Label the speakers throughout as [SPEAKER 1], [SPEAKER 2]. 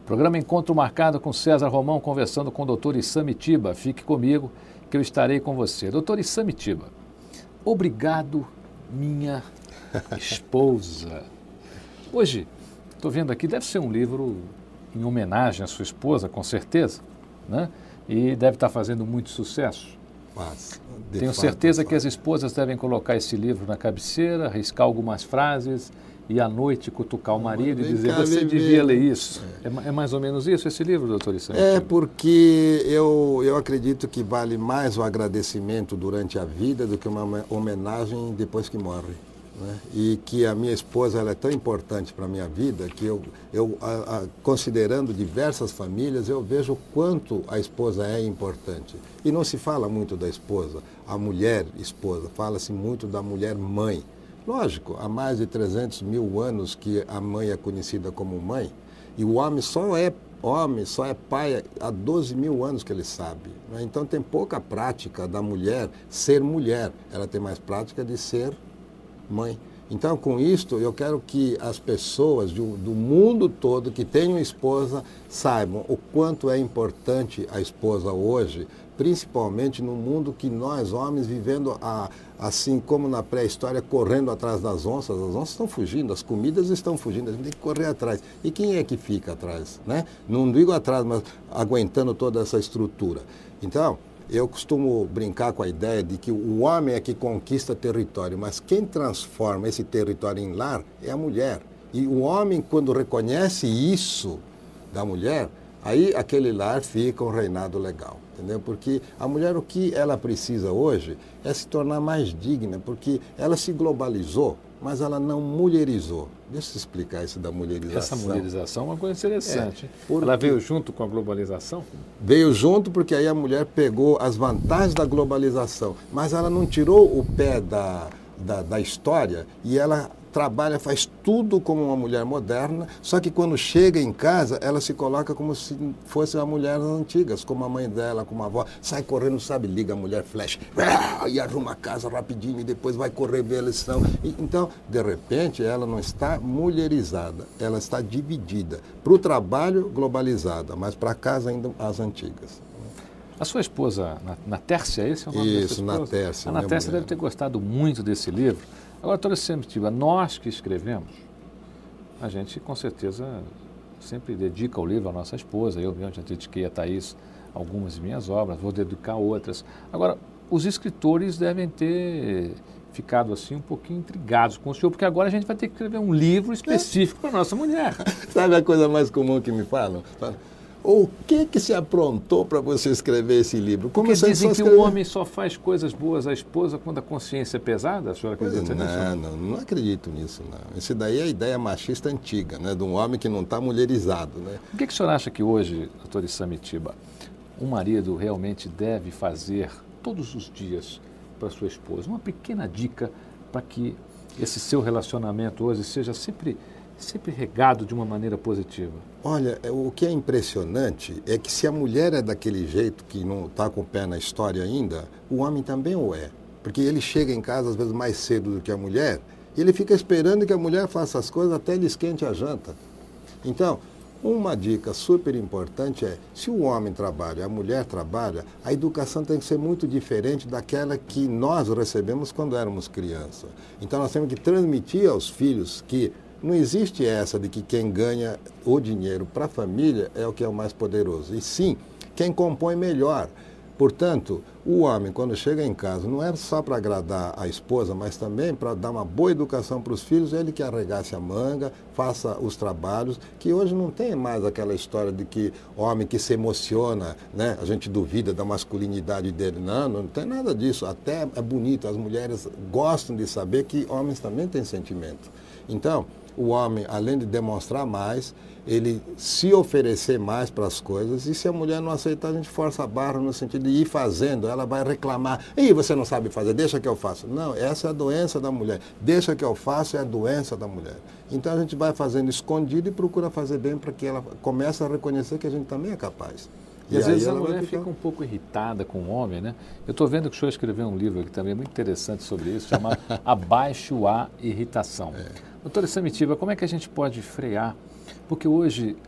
[SPEAKER 1] Programa Encontro Marcado com César Romão, conversando com o doutor Issamitiba. Fique comigo que eu estarei com você. Doutor Issamitiba, obrigado, minha esposa. Hoje, estou vendo aqui, deve ser um livro em homenagem à sua esposa, com certeza, né? E deve estar fazendo muito sucesso. Tenho certeza que as esposas devem colocar esse livro na cabeceira, riscar algumas frases e à noite cutucar o marido e dizer, você devia ler isso. É mais ou menos isso esse livro, doutor Issamitiba?
[SPEAKER 2] É porque eu acredito que vale mais o agradecimento durante a vida do que uma homenagem depois que morre. Né? E que a minha esposa ela é tão importante para a minha vida que considerando diversas famílias, eu vejo o quanto a esposa é importante. E não se fala muito da esposa, a mulher esposa, fala-se muito da mulher mãe. Lógico, há mais de 300 mil anos que a mãe é conhecida como mãe, e o homem só é pai há 12 mil anos que ele sabe. Né? Então tem pouca prática da mulher ser mulher, ela tem mais prática de ser mãe. Então, com isto, eu quero que as pessoas do mundo todo que tenham esposa saibam o quanto é importante a esposa hoje, principalmente no mundo que nós, homens, vivendo assim como na pré-história, correndo atrás das onças. As onças estão fugindo, as comidas estão fugindo, a gente tem que correr atrás. E quem é que fica atrás? Né? Não digo atrás, mas aguentando toda essa estrutura. Então, eu costumo brincar com a ideia de que o homem é que conquista território, mas quem transforma esse território em lar é a mulher. E o homem, quando reconhece isso da mulher, aí aquele lar fica um reinado legal, entendeu? Porque a mulher, o que ela precisa hoje é se tornar mais digna, porque ela se globalizou, mas ela não mulherizou. Deixa eu explicar isso da mulherização.
[SPEAKER 1] Essa mulherização é uma coisa interessante. Ela veio junto com a globalização?
[SPEAKER 2] Veio junto porque aí a mulher pegou as vantagens da globalização, mas ela não tirou o pé da história e ela trabalha, faz tudo como uma mulher moderna, só que quando chega em casa, ela se coloca como se fosse uma mulher antigas, como a mãe dela, como a avó, sai correndo, sabe, liga a mulher flash, e arruma a casa rapidinho e depois vai correr ver a lição. Então, de repente, ela não está mulherizada, ela está dividida. Para o trabalho, globalizada, mas para casa ainda as antigas.
[SPEAKER 1] A sua esposa, Natércia, esse é o nome da sua esposa?
[SPEAKER 2] Isso, Natércia.
[SPEAKER 1] A Natércia deve ter gostado muito desse livro. Agora, doutora Issamitiba, nós que escrevemos, a gente com certeza sempre dedica o livro à nossa esposa. Eu mesmo já dediquei a Thaís algumas de minhas obras, vou dedicar outras. Agora, os escritores devem ter ficado assim um pouquinho intrigados com o senhor, porque agora a gente vai ter que escrever um livro específico para a nossa mulher.
[SPEAKER 2] Sabe a coisa mais comum que me falam? O que se aprontou para você escrever esse livro?
[SPEAKER 1] Como porque dizem que o homem só faz coisas boas à esposa quando a consciência é pesada? A senhora acredita nisso?
[SPEAKER 2] Não acredito nisso, não. Isso daí é a ideia machista antiga, né? De um homem que não está mulherizado, né?
[SPEAKER 1] O que o senhor acha que hoje, doutor Issamitiba, um marido realmente deve fazer todos os dias para sua esposa? Uma pequena dica para que esse seu relacionamento hoje seja sempre regado de uma maneira positiva.
[SPEAKER 2] Olha, o que é impressionante é que se a mulher é daquele jeito que não está com o pé na história ainda, o homem também o é. Porque ele chega em casa às vezes mais cedo do que a mulher e ele fica esperando que a mulher faça as coisas até ele esquente a janta. Então, uma dica super importante é, se o homem trabalha e a mulher trabalha, a educação tem que ser muito diferente daquela que nós recebemos quando éramos criança. Então nós temos que transmitir aos filhos que não existe essa de que quem ganha o dinheiro para a família é o que é o mais poderoso. E sim, quem compõe melhor. Portanto, o homem, quando chega em casa, não é só para agradar a esposa, mas também para dar uma boa educação para os filhos, ele que arregace a manga, faça os trabalhos, que hoje não tem mais aquela história de que homem que se emociona, né? A gente duvida da masculinidade dele. Não tem nada disso. Até é bonito, as mulheres gostam de saber que homens também têm sentimento. Então, o homem, além de demonstrar mais, ele se oferecer mais para as coisas, e se a mulher não aceitar, a gente força a barra no sentido de ir fazendo, ela vai reclamar, e você não sabe fazer, deixa que eu faço. Não, essa é a doença da mulher, deixa que eu faço é a doença da mulher. Então a gente vai fazendo escondido e procura fazer bem para que ela comece a reconhecer que a gente também é capaz.
[SPEAKER 1] E às vezes a mulher fica um pouco irritada com o homem, né? Eu estou vendo que o senhor escreveu um livro aqui também muito interessante sobre isso, chamado Abaixo a Irritação. Doutora Issamitiba, como é que a gente pode frear? Porque hoje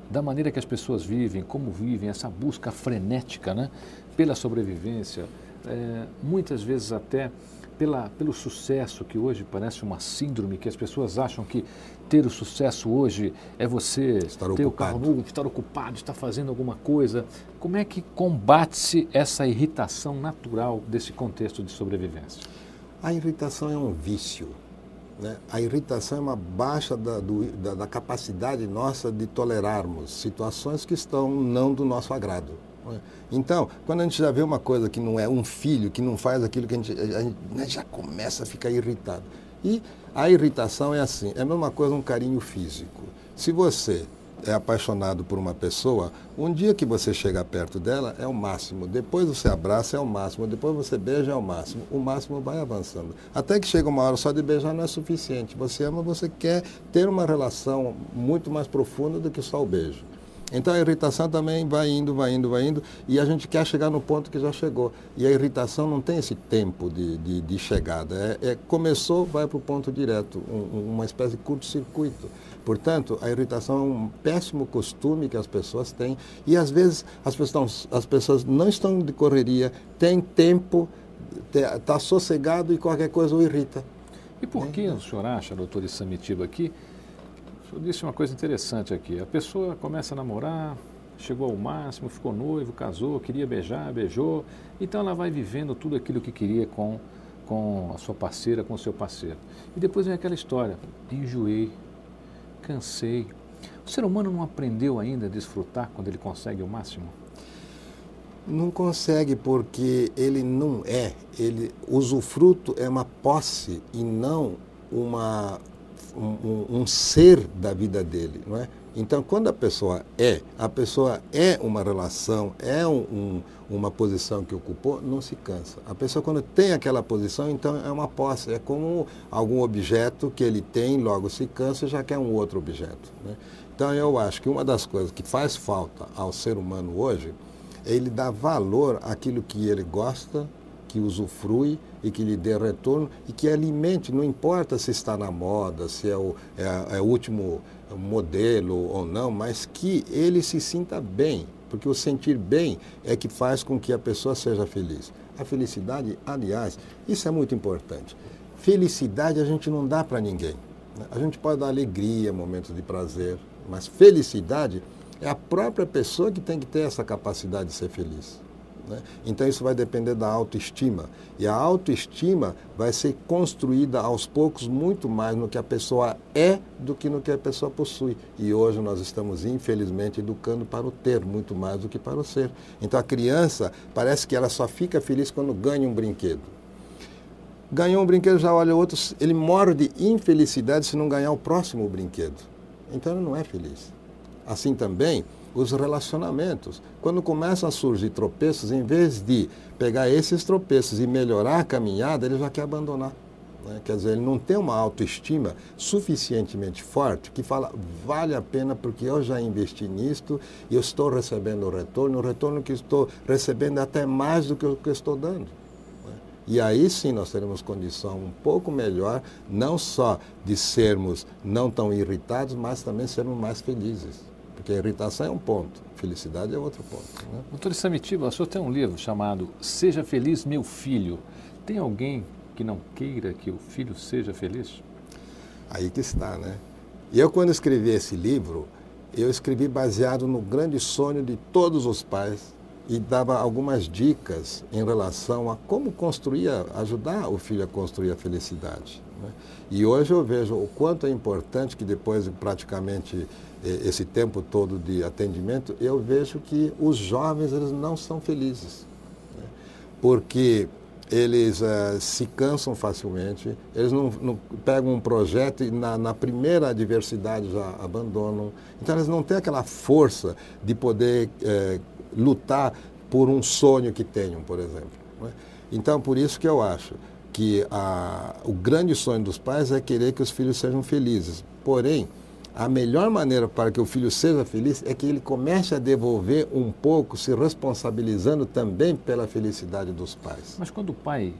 [SPEAKER 1] da maneira que as pessoas vivem, como vivem, essa busca frenética, né, pela sobrevivência, muitas vezes até pelo sucesso, que hoje parece uma síndrome, que as pessoas acham que ter o sucesso hoje é você ter o carro novo, estar ocupado, estar fazendo alguma coisa. Como é que combate-se essa irritação natural desse contexto de sobrevivência?
[SPEAKER 2] A irritação é um vício, né? A irritação é uma baixa da capacidade nossa de tolerarmos situações que estão não do nosso agrado. Então, quando a gente já vê uma coisa que não é um filho, que não faz aquilo que a gente já começa a ficar irritado. E a irritação é assim, é a mesma coisa um carinho físico. Se você é apaixonado por uma pessoa, um dia que você chega perto dela é o máximo, depois você abraça é o máximo, depois você beija é o máximo vai avançando. Até que chega uma hora só de beijar não é suficiente. Você ama, você quer ter uma relação muito mais profunda do que só o beijo. Então a irritação também vai indo, e a gente quer chegar no ponto que já chegou. E a irritação não tem esse tempo de chegada. Começou, vai para o ponto direto, uma espécie de curto-circuito. Portanto, a irritação é um péssimo costume que as pessoas têm, e às vezes as pessoas não estão de correria, têm tempo, está sossegado e qualquer coisa o irrita.
[SPEAKER 1] E por que o senhor acha, doutor Samitiba, aqui? O senhor disse uma coisa interessante aqui. A pessoa começa a namorar, chegou ao máximo, ficou noivo, casou, queria beijar, beijou. Então ela vai vivendo tudo aquilo que queria com a sua parceira, com o seu parceiro. E depois vem aquela história, enjoei, cansei. O ser humano não aprendeu ainda a desfrutar quando ele consegue o máximo?
[SPEAKER 2] Não consegue porque ele não é. Usufruto é uma posse e não um ser da vida dele, não é? Então, quando a pessoa é uma relação, uma posição que ocupou, não se cansa. A pessoa, quando tem aquela posição, então é uma posse, é como algum objeto que ele tem, logo se cansa e já quer um outro objeto, né? Então, eu acho que uma das coisas que faz falta ao ser humano hoje é ele dar valor àquilo que ele gosta, que usufrui e que lhe dê retorno e que alimente, não importa se está na moda, se é o último modelo ou não, mas que ele se sinta bem, porque o sentir bem é que faz com que a pessoa seja feliz. A felicidade, aliás, isso é muito importante. Felicidade a gente não dá para ninguém, né? A gente pode dar alegria, momentos de prazer, mas felicidade é a própria pessoa que tem que ter essa capacidade de ser feliz, né? Então isso vai depender da autoestima, e a autoestima vai ser construída aos poucos muito mais no que a pessoa é do que no que a pessoa possui. E hoje nós estamos infelizmente educando para o ter muito mais do que para o ser. Então a criança parece que ela só fica feliz quando ganha um brinquedo. Ganhou um brinquedo, já olha outro, ele morre de infelicidade se não ganhar o próximo brinquedo. Então ele não é feliz. Assim também os relacionamentos. Quando começam a surgir tropeços, em vez de pegar esses tropeços e melhorar a caminhada, ele já quer abandonar, né? Quer dizer, ele não tem uma autoestima suficientemente forte que fala, vale a pena porque eu já investi nisto e eu estou recebendo o retorno que estou recebendo é até mais do que o que eu estou dando, né? E aí sim nós teremos condição um pouco melhor, não só de sermos não tão irritados, mas também sermos mais felizes. Porque a irritação é um ponto, felicidade é outro ponto, né?
[SPEAKER 1] Doutor Samitiba, o senhor tem um livro chamado Seja Feliz, Meu Filho. Tem alguém que não queira que o filho seja feliz?
[SPEAKER 2] Aí que está, né? E eu, quando escrevi esse livro, eu escrevi baseado no grande sonho de todos os pais e dava algumas dicas em relação a como ajudar o filho a construir a felicidade, né? E hoje eu vejo o quanto é importante que depois de praticamente esse tempo todo de atendimento, eu vejo que os jovens eles não são felizes, né? Porque eles se cansam facilmente, eles não pegam um projeto e na primeira adversidade já abandonam. Então eles não têm aquela força de poder lutar por um sonho que tenham, por exemplo, né? Então por isso que eu acho que o grande sonho dos pais é querer que os filhos sejam felizes. Porém, a melhor maneira para que o filho seja feliz é que ele comece a devolver um pouco, se responsabilizando também pela felicidade dos pais.
[SPEAKER 1] Mas quando o pai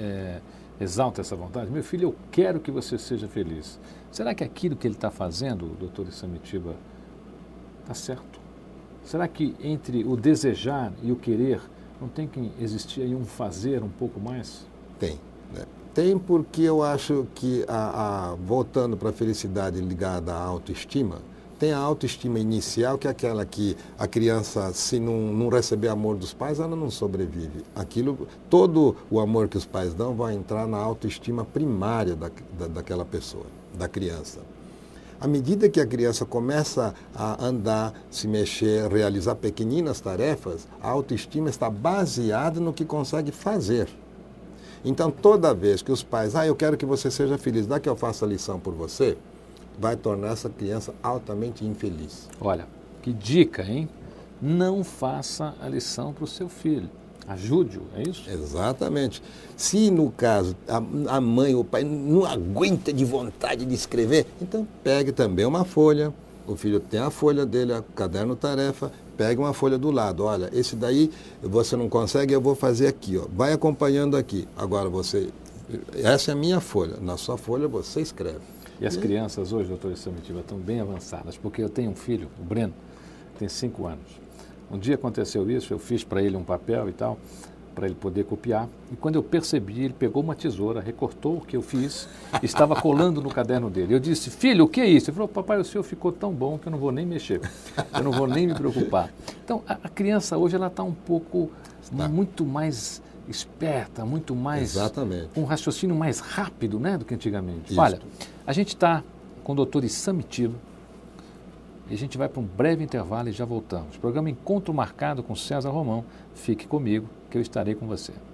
[SPEAKER 1] exalta essa vontade, meu filho, eu quero que você seja feliz. Será que aquilo que ele está fazendo, doutor Samitiba, Tá certo. Será que entre o desejar e o querer não tem que existir aí um fazer um pouco mais?
[SPEAKER 2] Tem. Né? Tem porque eu acho que, voltando para a felicidade ligada à autoestima, tem a autoestima inicial, que é aquela que a criança, se não receber amor dos pais, ela não sobrevive. Todo o amor que os pais dão vai entrar na autoestima primária daquela pessoa, da criança. À medida que a criança começa a andar, se mexer, realizar pequeninas tarefas, a autoestima está baseada no que consegue fazer. Então, toda vez que os pais, eu quero que você seja feliz, dá que eu faça a lição por você, vai tornar essa criança altamente infeliz.
[SPEAKER 1] Olha, que dica, hein? Não faça a lição para o seu filho. Ajude-o, é isso?
[SPEAKER 2] Exatamente. Se, no caso, a mãe ou o pai não aguenta de vontade de escrever, então pegue também uma folha. O filho tem a folha dele, o caderno tarefa, pegue uma folha do lado. Olha, esse daí você não consegue, eu vou fazer aqui. Ó. Vai acompanhando aqui. Agora essa é a minha folha. Na sua folha você escreve.
[SPEAKER 1] E as crianças hoje, doutora Samitiba, estão bem avançadas, porque eu tenho um filho, o Breno, tem 5 anos. Um dia aconteceu isso, eu fiz para ele um papel e tal, para ele poder copiar, e quando eu percebi, ele pegou uma tesoura, recortou o que eu fiz, e estava colando no caderno dele. Eu disse, filho, o que é isso? Ele falou, papai, o seu ficou tão bom que eu não vou nem mexer, eu não vou nem me preocupar. Então, a criança hoje, ela está um pouco, muito mais esperta, muito mais...
[SPEAKER 2] Exatamente.
[SPEAKER 1] Com um raciocínio mais rápido, né, do que antigamente.
[SPEAKER 2] Isso.
[SPEAKER 1] Olha, a gente está com o doutor Samitiba e a gente vai para um breve intervalo e já voltamos. Programa Encontro Marcado com César Romão. Fique comigo que eu estarei com você.